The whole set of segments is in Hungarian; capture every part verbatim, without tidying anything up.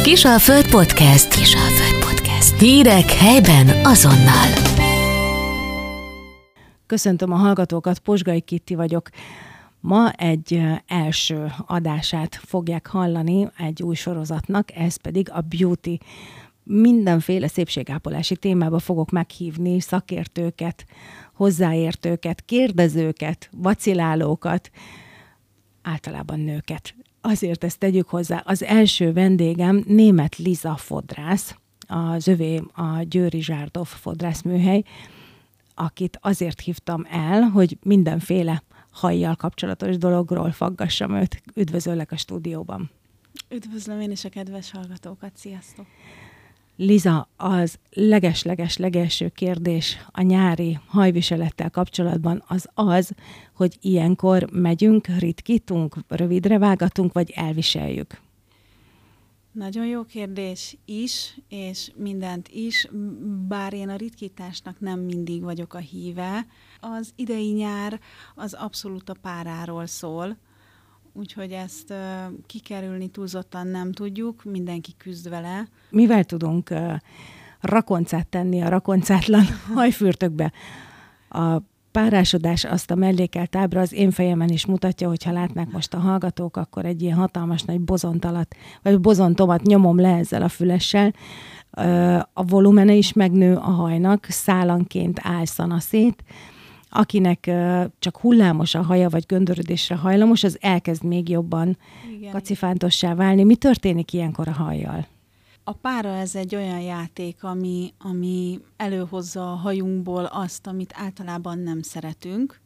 Kisalföld Podcast. Kisalföld Podcast. Hírek helyben azonnal. Köszöntöm a hallgatókat, Posgai Kitti vagyok. Ma egy első adását fogják hallani egy új sorozatnak, ez pedig a beauty. Mindenféle szépségápolási témába fogok meghívni szakértőket, hozzáértőket, kérdezőket, vacilálókat, általában nőket. Azért ezt tegyük hozzá. Az első vendégem Németh Liza fodrász, az övé a Győri Zsárdov fodrászműhely, akit azért hívtam el, hogy mindenféle hajjal kapcsolatos dologról faggassam őt. Üdvözöllek a stúdióban. Üdvözlöm én is a kedves hallgatókat, sziasztok! Liza, az leges-leges-legelső kérdés a nyári hajviselettel kapcsolatban az az, hogy ilyenkor megyünk, ritkítunk, rövidre vágatunk, vagy elviseljük? Nagyon jó kérdés is, és mindent is, bár én a ritkításnak nem mindig vagyok a híve. Az idei nyár az abszolút a páráról szól, úgyhogy ezt uh, kikerülni túlzottan nem tudjuk, mindenki küzd vele. Mivel tudunk uh, rakoncát tenni a rakoncátlan hajfürtökbe? A párásodás, azt a mellékelt ábra az én fejemen is mutatja, hogyha látnák most a hallgatók, akkor egy ilyen hatalmas nagy bozont alatt, vagy bozontomat nyomom le ezzel a fülessel. Uh, a volumene is megnő a hajnak, szálanként álszana szét. Akinek uh, csak hullámos a haja, vagy göndörödésre hajlamos, az elkezd még jobban igen, kacifántossá válni. Mi történik ilyenkor a hajjal? A pára ez egy olyan játék, ami, ami előhozza a hajunkból azt, amit általában nem szeretünk.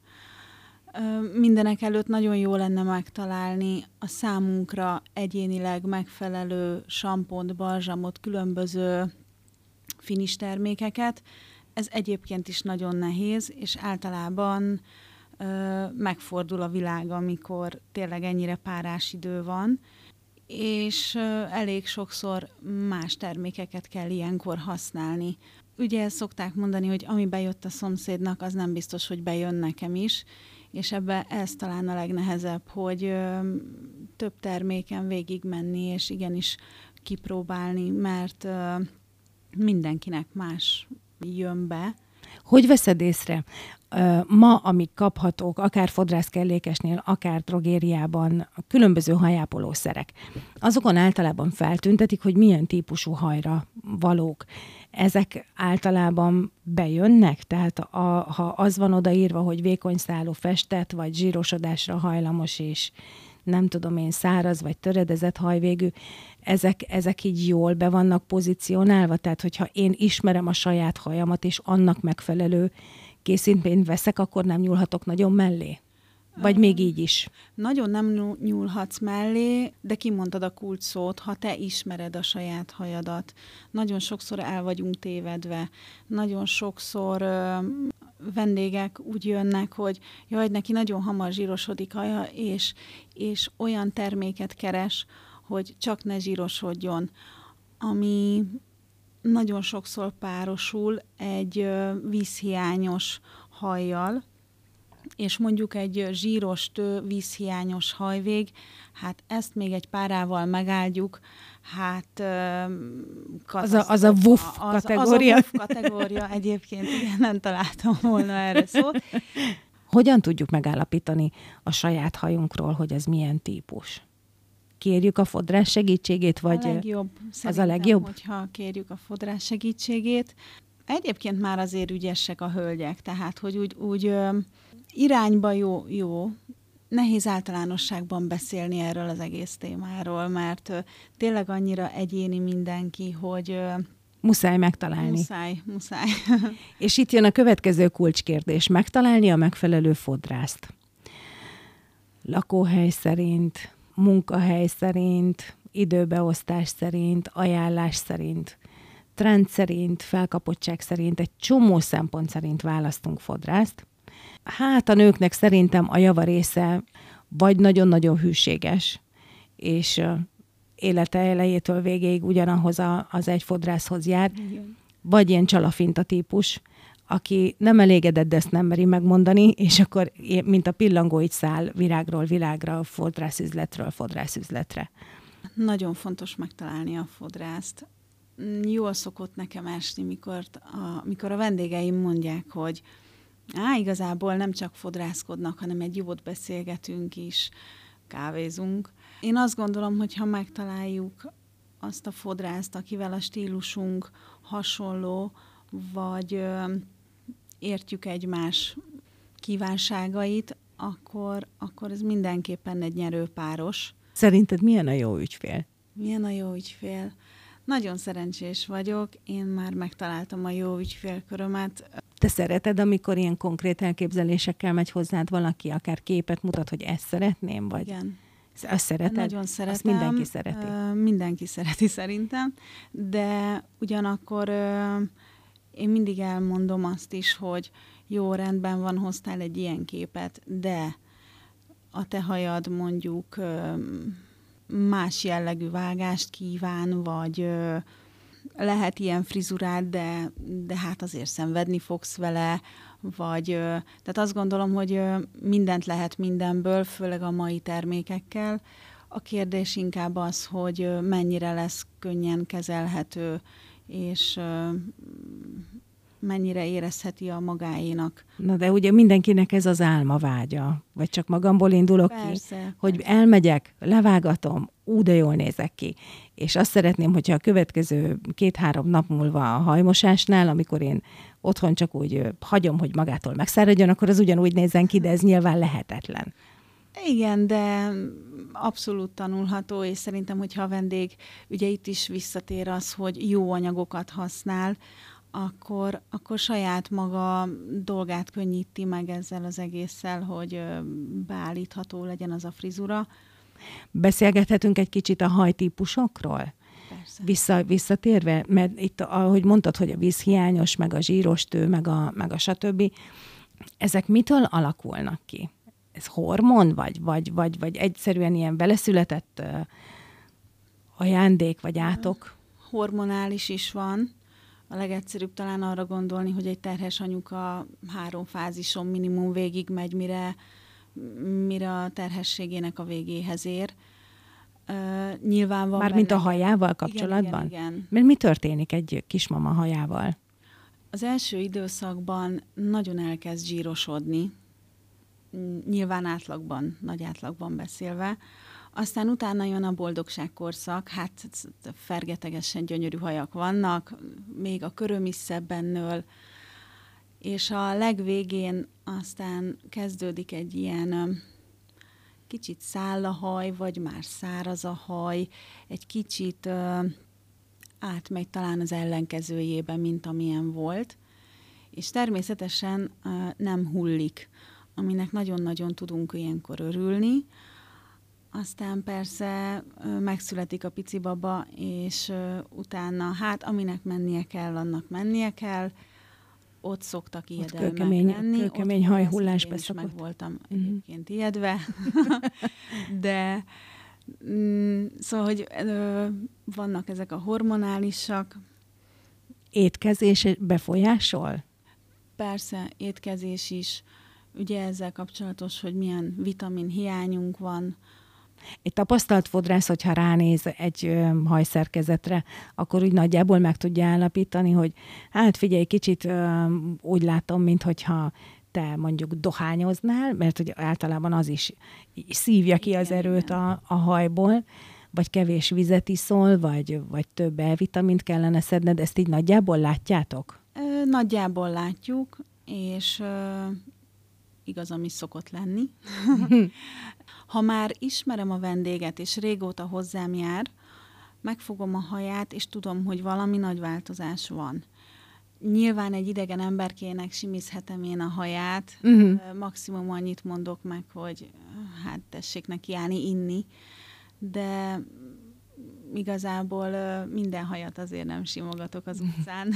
Mindenek előtt nagyon jó lenne megtalálni a számunkra egyénileg megfelelő sampont, balzsamot, különböző finis termékeket. Ez egyébként is nagyon nehéz, és általában ö, megfordul a világ, amikor tényleg ennyire párás idő van, és ö, elég sokszor más termékeket kell ilyenkor használni. Ugye szokták mondani, hogy ami bejött a szomszédnak, az nem biztos, hogy bejön nekem is, és ebbe ez talán a legnehezebb, hogy ö, több terméken végigmenni, és igenis kipróbálni, mert ö, mindenkinek más jön be. Hogy veszed észre? Ma, amik kaphatók, akár fodrászkellékesnél, akár drogériában, a különböző hajápolószerek, azokon általában feltüntetik, hogy milyen típusú hajra valók. Ezek általában bejönnek? Tehát a, ha az van odaírva, hogy vékony szálú festett, vagy zsírosodásra hajlamos, és nem tudom én, száraz vagy töredezett hajvégű, ezek, ezek így jól be vannak pozícionálva? Tehát, hogyha én ismerem a saját hajamat, és annak megfelelő készítményt veszek, akkor nem nyúlhatok nagyon mellé? Vagy még így is? Nagyon nem nyúlhatsz mellé, de kimondtad a kulcs szót, ha te ismered a saját hajadat. Nagyon sokszor el vagyunk tévedve. Nagyon sokszor ö, vendégek úgy jönnek, hogy jaj, neki nagyon hamar zsírosodik haja, és, és olyan terméket keres, hogy csak ne zsírosodjon, ami nagyon sokszor párosul egy ö, vízhiányos hajjal, és mondjuk egy zsíros tő, vízhiányos hajvég, hát ezt még egy párával megáldjuk, hát az a, az a W U F kategória. Az a W U F kategória egyébként, igen, nem találtam volna erre szót. Hogyan tudjuk megállapítani a saját hajunkról, hogy ez milyen típus? Kérjük a fodrás segítségét, vagy a legjobb, az a legjobb? Hogyha kérjük a fodrás segítségét. Egyébként már azért ügyesek a hölgyek, tehát hogy úgy, úgy ö, irányba jó, jó, nehéz általánosságban beszélni erről az egész témáról, mert ö, tényleg annyira egyéni mindenki, hogy ö, muszáj megtalálni. Muszáj, muszáj. És itt jön a következő kulcskérdés, megtalálni a megfelelő fodrászt. Lakóhely szerint, munkahely szerint, időbeosztás szerint, ajánlás szerint, trend szerint, felkapottság szerint, egy csomó szempont szerint választunk fodrászt. Hát a nőknek szerintem a java része vagy nagyon-nagyon hűséges, és élete elejétől végéig ugyanahoz a, az egy fodrászhoz jár, igen, vagy ilyen csalafinta típus, aki nem elégedett, de ezt nem meri megmondani, és akkor, mint a pillangó, így száll virágról virágra, fodrászüzletről fodrászüzletre. nagyon fontos megtalálni a fodrászt. Jól szokott nekem esni, mikor a, mikor a vendégeim mondják, hogy á, igazából nem csak fodrászkodnak, hanem egy jót beszélgetünk is, kávézunk. Én azt gondolom, hogy ha megtaláljuk azt a fodrászt, akivel a stílusunk hasonló, vagy ö, értjük egymás kívánságait, akkor, akkor ez mindenképpen egy nyerőpáros. Szerinted milyen a jó ügyfél? Milyen a jó ügyfél? Nagyon szerencsés vagyok, én már megtaláltam a jó ügyfélkörömet. Te szereted, amikor ilyen konkrét elképzelésekkel megy hozzád valaki, akár képet mutat, hogy ezt szeretném, vagy? Igen. Azt szereted? Nagyon szeretem. Azt mindenki szereti. Ö, mindenki szereti szerintem, de ugyanakkor ö, én mindig elmondom azt is, hogy jó, rendben van, hoztál egy ilyen képet, de a te hajad mondjuk ö, más jellegű vágást kíván, vagy ö, lehet ilyen frizurád, de, de hát azért szenvedni fogsz vele, vagy, ö, tehát azt gondolom, hogy ö, mindent lehet mindenből, főleg a mai termékekkel. A kérdés inkább az, hogy ö, mennyire lesz könnyen kezelhető, és ö, mennyire érezheti a magáénak. Na de ugye mindenkinek ez az álma vágya, vagy csak magamból indulok Persze, ki, persze. hogy elmegyek, levágatom, ú, de jól nézek ki. És azt szeretném, hogyha a következő két-három nap múlva a hajmosásnál, amikor én otthon csak úgy ö, hagyom, hogy magától megszáradjon, akkor az ugyanúgy nézzen ki, de ez nyilván lehetetlen. Igen, de abszolút tanulható, és szerintem, hogyha a vendég, ugye itt is visszatér az, hogy jó anyagokat használ, akkor, akkor saját maga dolgát könnyíti meg ezzel az egésszel, hogy beállítható legyen az a frizura. Beszélgethetünk egy kicsit a hajtípusokról? Persze. Vissza, visszatérve, mert itt, ahogy mondtad, hogy a vízhiányos, meg a zsírostő, meg a, meg a stb. Ezek mitől alakulnak ki? Ez hormon, vagy, vagy, vagy, vagy egyszerűen ilyen beleszületett uh, ajándék, vagy átok? Hormonális is van. A legegyszerűbb talán arra gondolni, hogy egy terhes anyuka három fázison minimum végig megy, mire, mire a terhességének a végéhez ér. Uh, nyilván van Mármint benne... a hajával kapcsolatban? Igen, igen, igen. Mert mi történik egy kismama hajával? Az első időszakban nagyon elkezd zsírosodni, nyilván átlagban, nagy átlagban beszélve. Aztán utána jön a boldogságkorszak, hát fergetegesen gyönyörű hajak vannak, még a köröm is szebben nől, és a legvégén aztán kezdődik egy ilyen kicsit száll a haj, vagy már száraz a haj, egy kicsit uh, átmegy talán az ellenkezőjébe, mint amilyen volt, és természetesen uh, nem hullik, aminek nagyon-nagyon tudunk ilyenkor örülni. Aztán persze megszületik a pici baba, és utána, hát aminek mennie kell, annak mennie kell. Ott szoktak ijedelmek kőkemény, lenni. Kőkemény hajhullásba én is szokott. meg voltam Uh-huh. egyébként ijedve. De mm, szóval, hogy ö, vannak ezek a hormonálisak. Étkezés befolyásol? Persze, étkezés is. Ugye ezzel kapcsolatos, hogy milyen vitamin hiányunk van. Egy tapasztalt fodrász, hogyha ránéz egy ö, hajszerkezetre, akkor úgy nagyjából meg tudja állapítani, hogy hát figyelj, kicsit ö, úgy látom, minthogyha te mondjuk dohányoznál, mert hogy általában az is szívja ki igen, az erőt igen. a, a hajból, vagy kevés vizet iszol, vagy, vagy több E-vitamint kellene szedned, ezt így nagyjából látjátok? Ö, nagyjából látjuk, és ö, igaz, ami szokott lenni. Ha már ismerem a vendéget, és régóta hozzám jár, megfogom a haját, és tudom, hogy valami nagy változás van. Nyilván egy idegen emberkének simizhetem én a haját, uh-huh. maximum annyit mondok meg, hogy hát tessék neki állni, inni, de igazából minden hajat azért nem simogatok az utcán.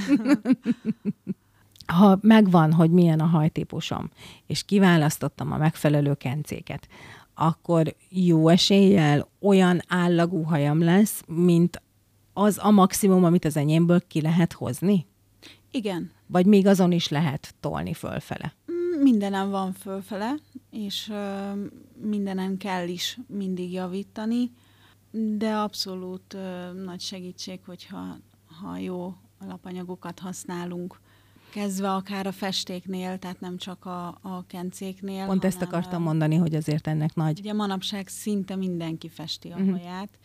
Ha megvan, hogy milyen a hajtípusom, és kiválasztottam a megfelelő kencéket, akkor jó eséllyel olyan állagú hajam lesz, mint az a maximum, amit az enyémből ki lehet hozni? Igen. Vagy még azon is lehet tolni fölfele? Mindenem van fölfele, és ö, mindenen kell is mindig javítani. de abszolút ö, nagy segítség, hogyha ha jó alapanyagokat használunk, kezdve akár a festéknél, tehát nem csak a, a kencéknél. Pont ezt akartam mondani, hogy azért ennek nagy. Ugye manapság szinte mindenki festi a uh-huh. haját,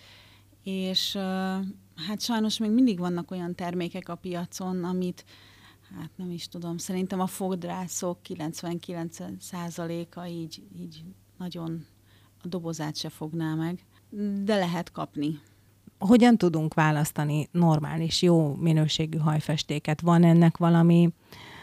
és uh, hát sajnos még mindig vannak olyan termékek a piacon, amit, hát nem is tudom, szerintem a fodrászok kilencvenkilenc százaléka így, így nagyon a dobozát se fogná meg, de lehet kapni. Hogyan tudunk választani normális, jó minőségű hajfestéket? Van ennek valami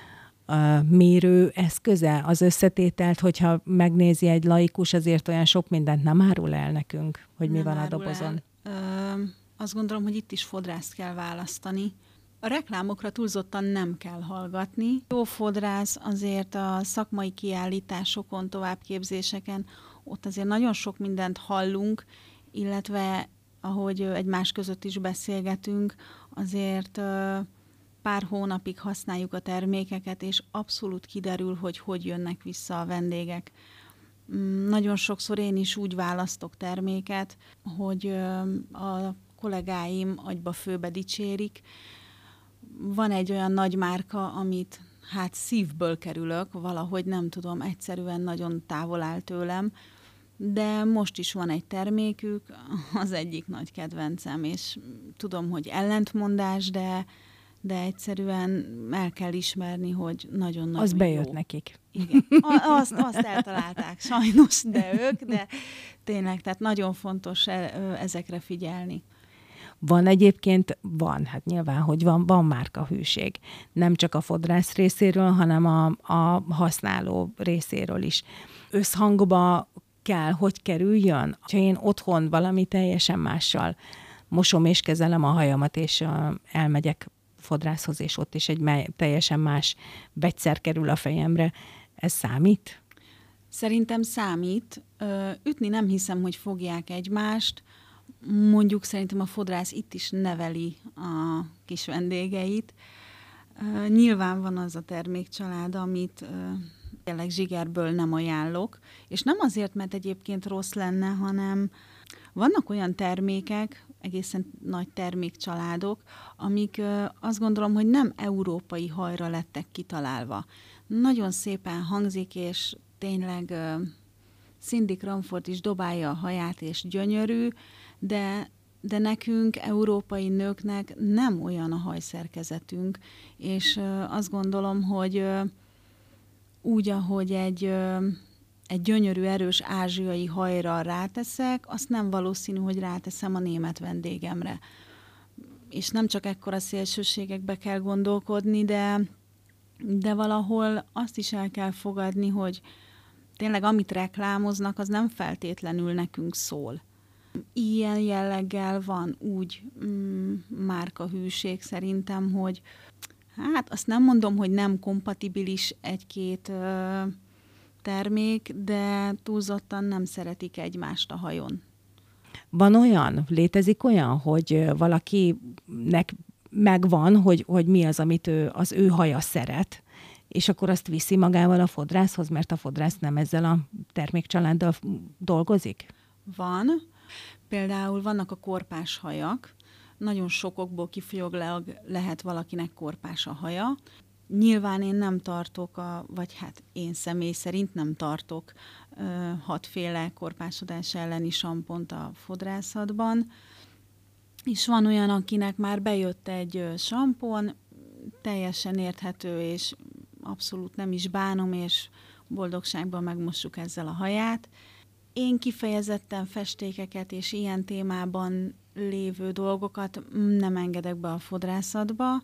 uh, mérő eszköze, az összetételt, hogyha megnézi egy laikus, azért olyan sok mindent nem árul el nekünk, hogy mi nem van a dobozon? Ö, azt gondolom, hogy itt is fodrászt kell választani. A reklámokra túlzottan nem kell hallgatni. Jó fodrász azért a szakmai kiállításokon, továbbképzéseken, ott azért nagyon sok mindent hallunk, illetve ahogy egymás között is beszélgetünk, azért pár hónapig használjuk a termékeket, és abszolút kiderül, hogy hogy jönnek vissza a vendégek. Nagyon sokszor én is úgy választok terméket, hogy a kollégáim agyba főbe dicsérik. Van egy olyan nagy márka, amit hát szívből kerülök, valahogy nem tudom, egyszerűen nagyon távol áll tőlem, de most is van egy termékük, az egyik nagy kedvencem, és tudom, hogy ellentmondás, de, de egyszerűen el kell ismerni, hogy nagyon-nagyon Az bejött jó. nekik. Igen, azt, azt eltalálták sajnos, de ők, de tényleg, tehát nagyon fontos ezekre figyelni. Van egyébként, van, hát nyilván, hogy van, van márkahűség. Nem csak a fodrász részéről, hanem a, a használó részéről is. Összhangba kell, hogy kerüljön. Ha én otthon valami teljesen mással mosom és kezelem a hajamat, és uh, elmegyek fodrászhoz, és ott is egy me- teljesen más vegyszer kerül a fejemre, ez számít? Szerintem számít. Ö, ütni nem hiszem, hogy fogják egymást. Mondjuk szerintem a fodrász itt is neveli a kis vendégeit. Ö, nyilván van az a termékcsalád, amit ö, tényleg zsigerből nem ajánlok, és nem azért, mert egyébként rossz lenne, hanem vannak olyan termékek, egészen nagy termékcsaládok, amik ö, azt gondolom, hogy nem európai hajra lettek kitalálva. Nagyon szépen hangzik, és tényleg ö, Cindy Crawford is dobálja a haját, és gyönyörű, de, de nekünk, európai nőknek nem olyan a hajszerkezetünk, és ö, azt gondolom, hogy ö, úgy, ahogy egy, ö, egy gyönyörű, erős ázsiai hajra ráteszek, azt nem valószínű, hogy ráteszem a német vendégemre. És nem csak ekkora szélsőségekbe kell gondolkodni, de, de valahol azt is el kell fogadni, hogy tényleg amit reklámoznak, az nem feltétlenül nekünk szól. Ilyen jelleggel van úgy mm, márkahűség szerintem, hogy hát azt nem mondom, hogy nem kompatibilis egy-két ö, termék, de túlzottan nem szeretik egymást a hajon. Van olyan, létezik olyan, hogy valakinek megvan, hogy, hogy mi az, amit ő, az ő haja szeret, és akkor azt viszi magával a fodrászhoz, mert a fodrász nem ezzel a termékcsaláddal dolgozik? Van. Például vannak a korpás hajak. Nagyon sok okból kifolyólag lehet valakinek korpás a haja. Nyilván én nem tartok, a, vagy hát én személy szerint nem tartok ö, hatféle korpásodás elleni sampont a fodrászatban. És van olyan, akinek már bejött egy sampon, teljesen érthető, és abszolút nem is bánom, és boldogságban megmossuk ezzel a haját. Én kifejezetten festékeket és ilyen témában lévő dolgokat nem engedek be a fodrászatba.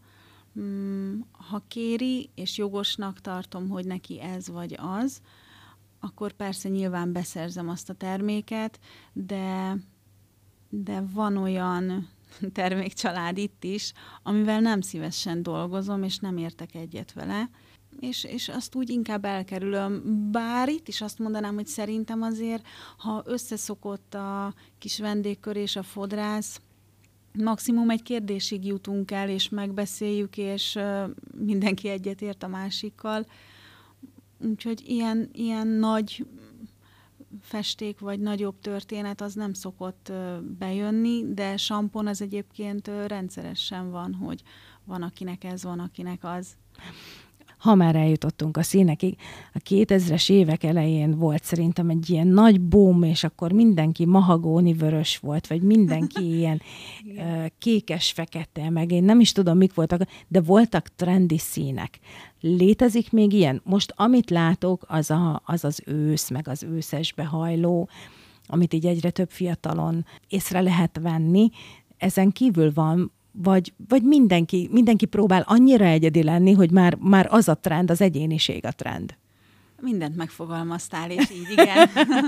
Ha kéri, és jogosnak tartom, hogy neki ez vagy az, akkor persze nyilván beszerzem azt a terméket, de, de van olyan termékcsalád itt is, amivel nem szívesen dolgozom, és nem értek egyet vele, és, és azt úgy inkább elkerülöm. Bár itt is azt mondanám, hogy szerintem azért, ha összeszokott a kis vendégkör és a fodrász, maximum egy kérdésig jutunk el, és megbeszéljük, és mindenki egyetért a másikkal. Úgyhogy ilyen, ilyen nagy festék, vagy nagyobb történet, az nem szokott bejönni, de sampon az egyébként rendszeresen van, hogy van akinek ez, van akinek az. Ha már eljutottunk a színekig, a kétezres évek elején volt szerintem egy ilyen nagy boom, és akkor mindenki mahagóni vörös volt, vagy mindenki ilyen uh, kékes-fekete, meg én nem is tudom, mik voltak, de voltak trendi színek. Létezik még ilyen? Most amit látok, az a, az, az ősz, meg az őszesbe hajló, amit így egyre több fiatalon észre lehet venni. Ezen kívül van, Vagy, vagy mindenki, mindenki próbál annyira egyedi lenni, hogy már, már az a trend, az egyéniség a trend. Mindent megfogalmaztál, és így igen.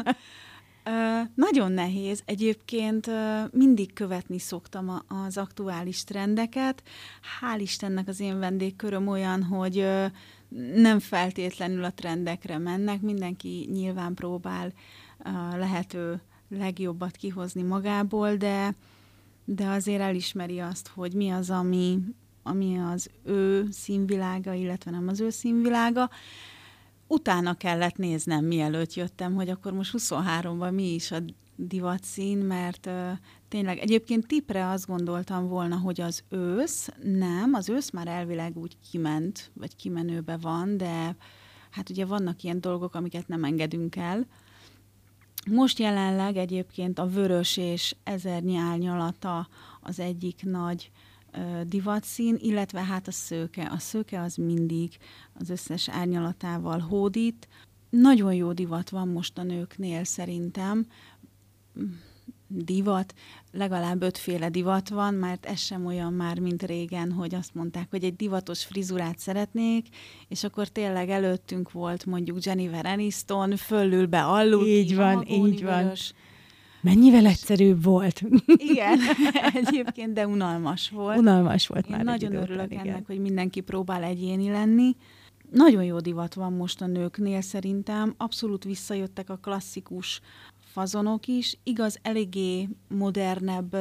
Ö, nagyon nehéz. Egyébként ö, mindig követni szoktam a, az aktuális trendeket. Hál' Istennek az én vendégköröm olyan, hogy ö, nem feltétlenül a trendekre mennek. Mindenki nyilván próbál ö, lehető legjobbat kihozni magából, de de azért elismeri azt, hogy mi az, ami, ami az ő színvilága, illetve nem az ő színvilága. Utána kellett néznem, mielőtt jöttem, hogy akkor most huszonháromban mi is a divatszín, mert uh, tényleg egyébként tipre azt gondoltam volna, hogy az ősz, nem, az ősz már elvileg úgy kiment, vagy kimenőbe van, de hát ugye vannak ilyen dolgok, amiket nem engedünk el. Most jelenleg egyébként a vörös és ezernyi árnyalata az egyik nagy ö, divatszín, illetve hát a szőke. A szőke az mindig az összes árnyalatával hódít. Nagyon jó divat van most a nőknél szerintem. Divat, legalább ötféle divat van, mert ez sem olyan már, mint régen, hogy azt mondták, hogy egy divatos frizurát szeretnék, és akkor tényleg előttünk volt mondjuk Jennifer Aniston, föllül be alul. Így van, így van. Mennyivel egyszerűbb volt. Igen, egyébként, de unalmas volt. Unalmas volt Én már. nagyon örülök ennek, igen. Hogy mindenki próbál egyéni lenni. Nagyon jó divat van most a nőknél szerintem. Abszolút visszajöttek a klasszikus fazonok is. Igaz, eléggé modernebb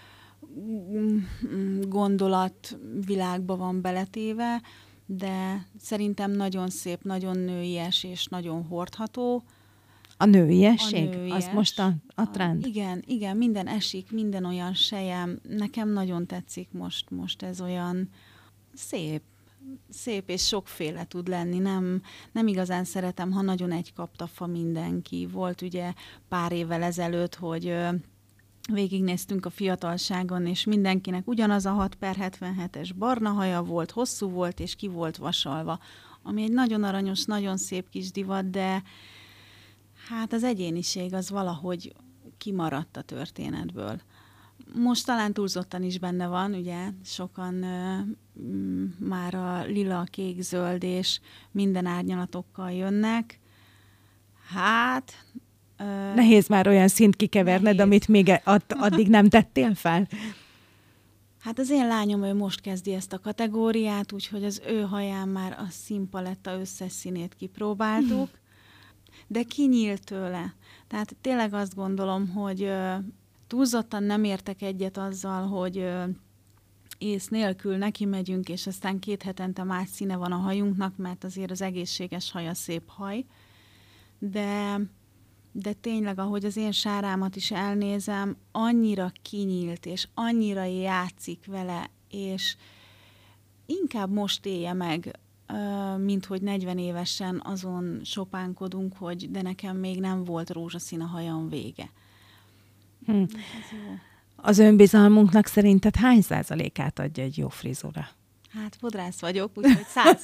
gondolatvilágba van beletéve, de szerintem nagyon szép, nagyon nőies és nagyon hordható. A nőiesség? A nőies. Az most a, a trend? A, igen, igen, minden esik, minden olyan sejem. Nekem nagyon tetszik most, most ez olyan szép. Szép és sokféle tud lenni. Nem, nem igazán szeretem, ha nagyon egy kaptafa mindenki. Volt ugye pár évvel ezelőtt, hogy ö, végignéztünk a fiatalságon, és mindenkinek ugyanaz a hat per hetvenhetes barna haja volt, hosszú volt, és ki volt vasalva. Ami egy nagyon aranyos, nagyon szép kis divat, de hát az egyéniség az valahogy kimaradt a történetből. Most talán túlzottan is benne van, ugye, sokan ö, m- már a lila, kék, zöld és minden árnyalatokkal jönnek. Hát... Ö, nehéz már olyan szint kikeverned, nehéz. Amit még ad- addig nem tettél fel? Hát az én lányom, ő most kezdi ezt a kategóriát, úgyhogy az ő haján már a színpaletta összes színét kipróbáltuk, de kinyílt tőle. Tehát tényleg azt gondolom, hogy... Ö, túlzottan nem értek egyet azzal, hogy ö, ész nélkül neki megyünk, és aztán két hetente más színe van a hajunknak, mert azért az egészséges haj a szép haj. De, de tényleg, ahogy az én sárámat is elnézem, annyira kinyílt, és annyira játszik vele, és inkább most élje meg, ö, mint hogy negyven évesen azon sopánkodunk, hogy de nekem még nem volt rózsaszín a hajam vége. Hm. Az önbizalmunknak szerinted hány százalékát adja egy jó frizura? Hát fodrász vagyok, úgyhogy száz.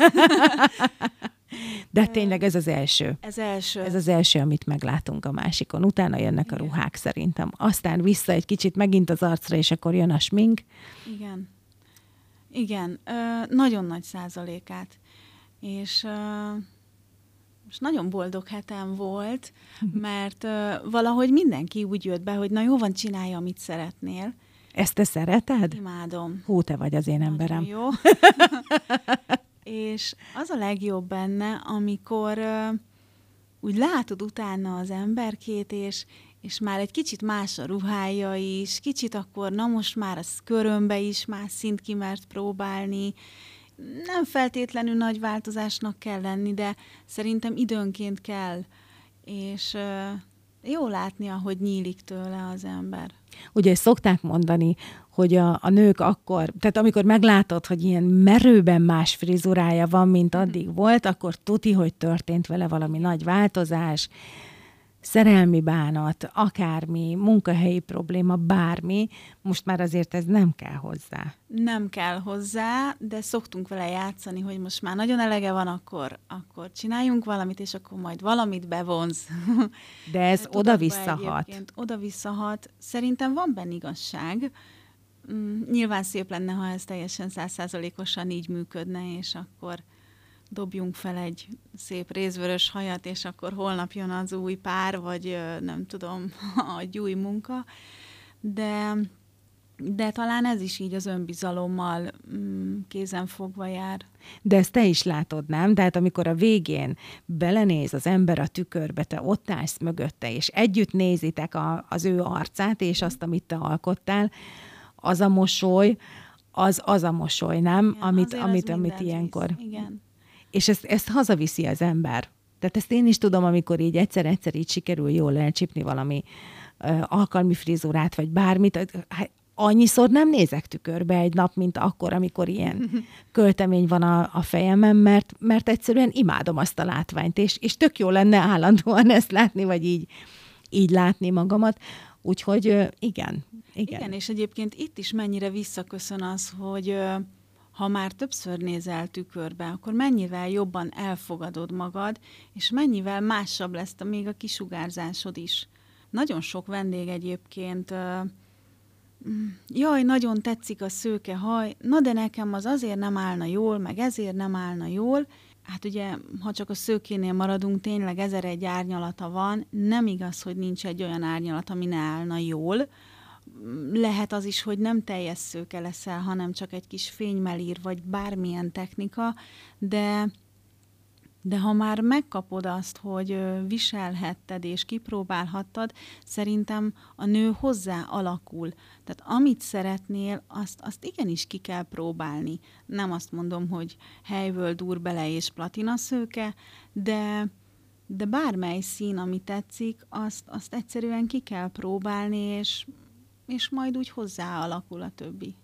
De tényleg ez az első. Ez első. Ez az első, amit meglátunk a másikon. Utána jönnek igen. a ruhák szerintem. Aztán vissza egy kicsit megint az arcra, és akkor jön a smink. Igen. Igen. Ö, nagyon nagy százalékát. És... Ö, most nagyon boldog hetem volt, mert uh, valahogy mindenki úgy jött be, hogy na jó van, csinálja, amit szeretnél. Ezt te szereted? Imádom. Hú, te vagy az én nagyon emberem. Jó. És az a legjobb benne, amikor uh, úgy látod utána az emberkét, és, és már egy kicsit más a ruhája is, kicsit akkor, na most már az körömbe is más szint kimert próbálni. Nem feltétlenül nagy változásnak kell lenni, de szerintem időnként kell, és, Jó látni, ahogy nyílik tőle az ember. Ugye szokták mondani, hogy a, a nők akkor, tehát amikor meglátod, hogy ilyen merőben más frizurája van, mint addig volt, akkor tuti, hogy történt vele valami nagy változás, szerelmi bánat, akármi, munkahelyi probléma, bármi, most már azért ez nem kell hozzá. Nem kell hozzá, de szoktunk vele játszani, hogy most már nagyon elege van, akkor, akkor csináljunk valamit, és akkor majd valamit bevonz. De ez oda-visszahat. Oda-visszahat. Szerintem van benne igazság. Mm, nyilván szép lenne, ha ez teljesen százszázalékosan így működne, és akkor dobjunk fel egy szép rézvörös hajat, és akkor holnap jön az új pár, vagy nem tudom, egy új munka. De, de talán ez is így az önbizalommal mm, kézen fogva jár. De ezt te is látod, nem? Tehát amikor a végén belenéz az ember a tükörbe, te ott állsz mögötte, és együtt nézitek a, az ő arcát, és azt, amit te alkottál, az a mosoly, az az a mosoly, nem? Igen, amit amit, amit ilyenkor... Visz. Igen. És ezt, ezt hazaviszi az ember. Tehát ezt én is tudom, amikor így egyszer-egyszer így sikerül jól elcsípni valami uh, alkalmi frizurát, vagy bármit. Hát annyiszor nem nézek tükörbe egy nap, mint akkor, amikor ilyen költemény van a, a fejemben, mert, mert egyszerűen imádom azt a látványt, és, és tök jó lenne állandóan ezt látni, vagy így, így látni magamat. Úgyhogy uh, igen, igen. Igen, és egyébként itt is mennyire visszaköszön az, hogy... Uh, ha már többször nézel tükörbe, akkor mennyivel jobban elfogadod magad, és mennyivel másabb lesz a, még a kisugárzásod is. Nagyon sok vendég egyébként, jaj, nagyon tetszik a szőke haj, na de nekem az azért nem állna jól, meg ezért nem állna jól. Hát ugye, ha csak a szőkénél maradunk, tényleg ezer egy árnyalata van, nem igaz, hogy nincs egy olyan árnyalat, ami ne állna jól. Lehet az is, hogy nem teljes szőke leszel, hanem csak egy kis fénymelír, vagy bármilyen technika, de, de ha már megkapod azt, hogy viselhetted és kipróbálhattad, szerintem a nő hozzá alakul. Tehát amit szeretnél, azt, azt igenis ki kell próbálni. Nem azt mondom, hogy helyből dur bele és platina szőke, de... de bármely szín, ami tetszik, azt, azt egyszerűen ki kell próbálni, és és majd úgy hozzá alakul a többi.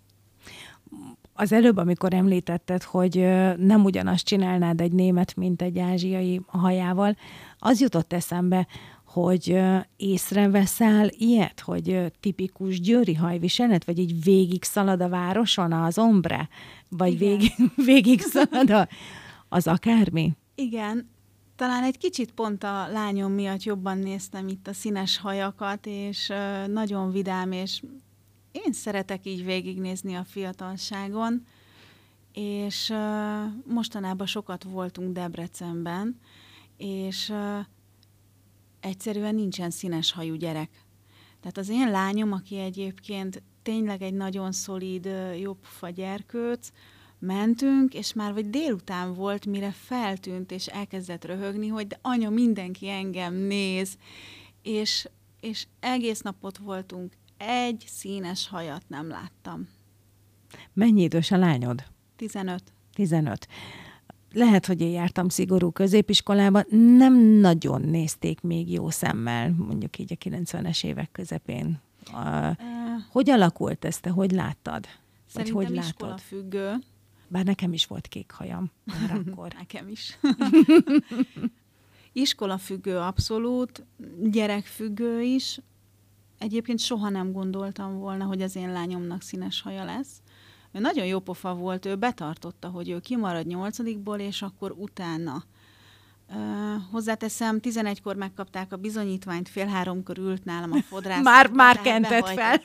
Az előbb, amikor említetted, hogy nem ugyanazt csinálnád egy német, mint egy ázsiai hajával, az jutott eszembe, hogy észreveszel ilyet, hogy tipikus győri hajviselet, vagy így végig szalad a városon az ombre, vagy végig, végig szalad a, az akármi? Igen. Talán egy kicsit pont a lányom miatt jobban néztem itt a színes hajakat, és uh, nagyon vidám, és én szeretek így végignézni a fiatalságon, és uh, mostanában sokat voltunk Debrecenben, és uh, egyszerűen nincsen színes hajú gyerek. Tehát az én lányom, aki egyébként tényleg egy nagyon szolíd, uh, jobbfa gyerkőc, mentünk, és már vagy délután volt, mire feltűnt, és elkezdett röhögni, hogy de anya, mindenki engem néz, és, és egész napot voltunk, egy színes hajat nem láttam. Mennyi idős a lányod? tizenöt. tizenöt. Lehet, hogy én jártam szigorú középiskolában, nem nagyon nézték még jó szemmel, mondjuk így a kilencvenes évek közepén. Uh, hogy alakult ez, te hogy láttad? Szerintem hogy iskola függő. Bár nekem is volt kék hajam már akkor. Nekem is. Iskola függő abszolút, gyerek függő is. Egyébként soha nem gondoltam volna, hogy az én lányomnak színes haja lesz. Ő nagyon jó pofa volt, ő betartotta, hogy ő kimarad nyolcadikból, és akkor utána. Uh, hozzáteszem, tizenegykor megkapták a bizonyítványt, fél háromkor ült nálam a fodrász. már már kentett fel.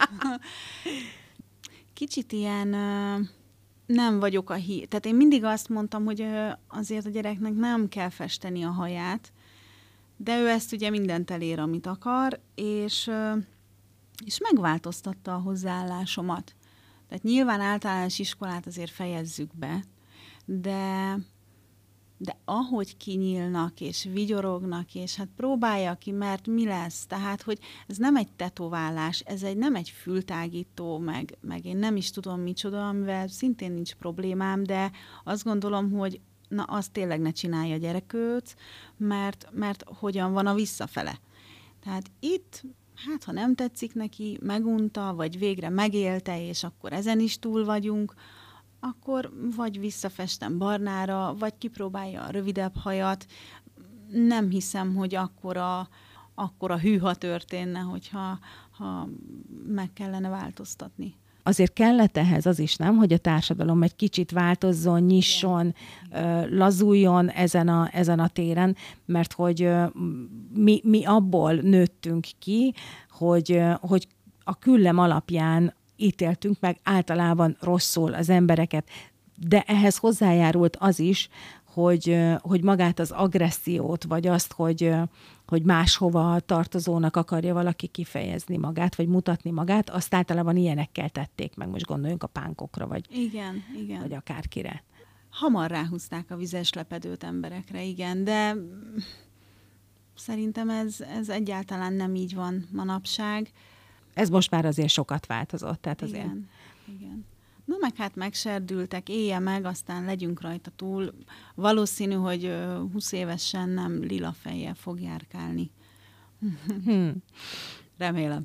Kicsit ilyen... Uh, nem vagyok a hír. Tehát én mindig azt mondtam, hogy azért a gyereknek nem kell festeni a haját, de ő ezt ugye mindent elér, amit akar, és, és megváltoztatta a hozzáállásomat. Tehát nyilván általános iskolát azért fejezzük be, de, de ahogy kinyílnak, és vigyorognak, és hát próbálja ki, mert mi lesz? Tehát, hogy ez nem egy tetoválás, ez egy, nem egy fültágító, meg, meg én nem is tudom micsoda, amivel szintén nincs problémám, de azt gondolom, hogy na, azt tényleg ne csinálja gyerekőc, mert, mert hogyan van a visszafele. Tehát itt, hát ha nem tetszik neki, megunta, vagy végre megélte, és akkor ezen is túl vagyunk, akkor vagy visszafestem barnára, vagy kipróbálja a rövidebb hajat. Nem hiszem, hogy akkora, akkora hűha történne, hogyha ha meg kellene változtatni. Azért kellett ehhez az is, nem, hogy a társadalom egy kicsit változzon, nyisson, Igen. lazuljon ezen a, ezen a téren, mert hogy mi, mi abból nőttünk ki, hogy, hogy a küllem alapján ítéltünk meg általában rosszul az embereket, de ehhez hozzájárult az is, hogy, hogy magát az agressziót, vagy azt, hogy, hogy máshova tartozónak akarja valaki kifejezni magát, vagy mutatni magát, azt általában ilyenekkel tették meg. Most gondoljunk a pánkokra, vagy, igen, igen. vagy akárkire. Hamar ráhúzták a vizes lepedőt emberekre, igen, de szerintem ez, ez egyáltalán nem így van manapság. Ez most már azért sokat változott. Tehát azért... Igen, igen. Na meg hát megserdültek, élje meg, aztán legyünk rajta túl. Valószínű, hogy húsz évesen nem lila fejjel fog járkálni. Hmm. Remélem.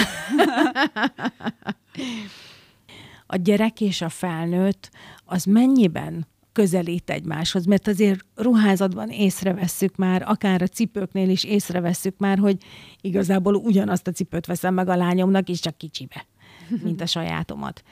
A gyerek és a felnőtt az mennyiben közelít egymáshoz? Mert azért ruházatban észrevesszük már, akár a cipőknél is észrevesszük már, hogy igazából ugyanazt a cipőt veszem meg a lányomnak, és csak kicsibe, mint a sajátomat.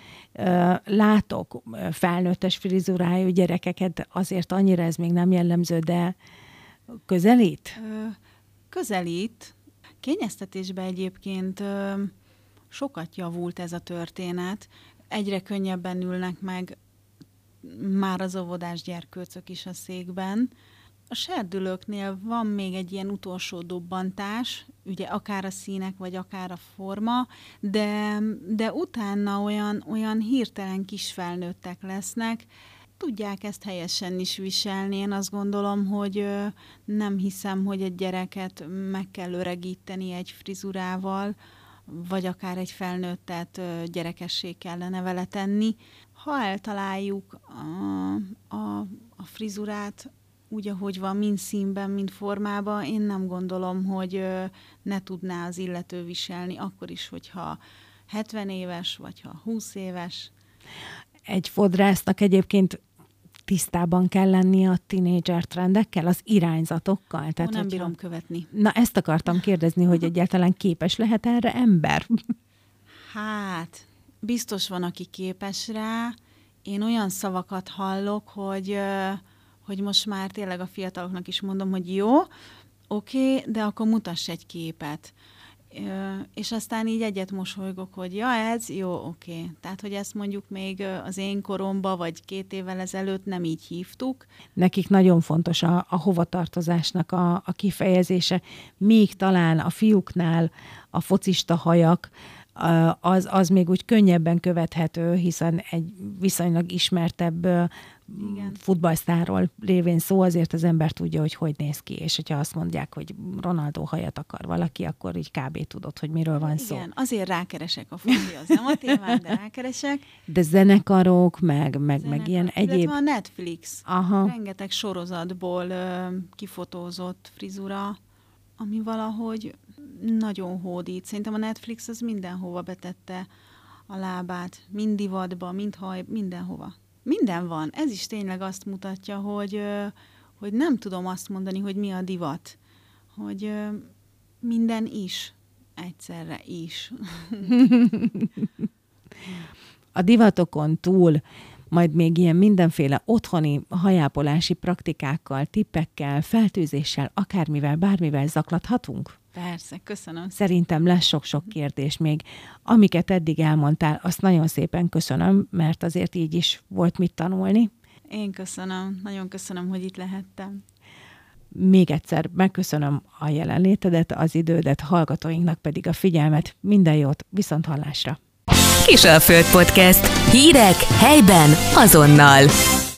Látok felnőttes frizurájú gyerekeket, azért annyira ez még nem jellemző, de közelít? Közelít. Kényeztetésben egyébként sokat javult ez a történet. Egyre könnyebben ülnek meg már az óvodás gyerkőcök is a székben. A serdülőknél van még egy ilyen utolsó dobbantás, ugye akár a színek, vagy akár a forma, de, de utána olyan, olyan hirtelen kis felnőttek lesznek, tudják ezt helyesen is viselni. Én azt gondolom, hogy nem hiszem, hogy egy gyereket meg kell öregíteni egy frizurával, vagy akár egy felnőttet gyerekessé kellene vele tenni. Ha eltaláljuk a, a, a frizurát úgy, ahogy van, mind színben, mind formában, én nem gondolom, hogy ne tudná az illető viselni, akkor is, hogyha hetven éves, vagy ha húsz éves. Egy fodrásznak egyébként tisztában kell lenni a tínédzser trendekkel, az irányzatokkal. Ó, Tehát, nem hogyha... bírom követni. Na, ezt akartam kérdezni, hogy egyáltalán képes lehet erre ember? Hát, biztos van, aki képes rá. Én olyan szavakat hallok, hogy, hogy most már tényleg a fiataloknak is mondom, hogy jó, oké, okay, de akkor mutass egy képet. És aztán így egyet mosolygok, hogy ja, ez jó, oké. Okay. Tehát, hogy ezt mondjuk még az én koromban, vagy két évvel ezelőtt nem így hívtuk. Nekik nagyon fontos a, a hovatartozásnak a, a kifejezése, míg talán a fiúknál a focista hajak, az, az még úgy könnyebben követhető, hiszen egy viszonylag ismertebb Igen. futballsztárról lévén szó, azért az ember tudja, hogy hogy néz ki, és hogyha azt mondják, hogy Ronaldo hajat akar valaki, akkor így kb. Tudod, hogy miről van szó. Igen, azért rákeresek a fondi, az nem a témám, de rákeresek. De zenekarok, meg, meg, Zenekar, meg ilyen egyéb... Illetve a Netflix. Aha. Rengeteg sorozatból ö, kifotózott frizura, ami valahogy nagyon hódít. Szerintem a Netflix az mindenhova betette a lábát. Mind divatba, mind haj, mindenhova. Minden van. Ez is tényleg azt mutatja, hogy, hogy nem tudom azt mondani, hogy mi a divat. Hogy minden is. Egyszerre is. A divatokon túl majd még ilyen mindenféle otthoni hajápolási praktikákkal, tippekkel, feltűzéssel, akármivel, bármivel zaklathatunk? Persze, köszönöm. Szerintem lesz sok-sok kérdés még. Amiket eddig elmondtál, azt nagyon szépen köszönöm, mert azért így is volt mit tanulni. Én köszönöm, nagyon köszönöm, hogy itt lehettem. Még egyszer megköszönöm a jelenlétedet, az idődet, hallgatóinknak pedig a figyelmet. Minden jót, viszont hallásra! Kisalföld Podcast. Hírek helyben azonnal.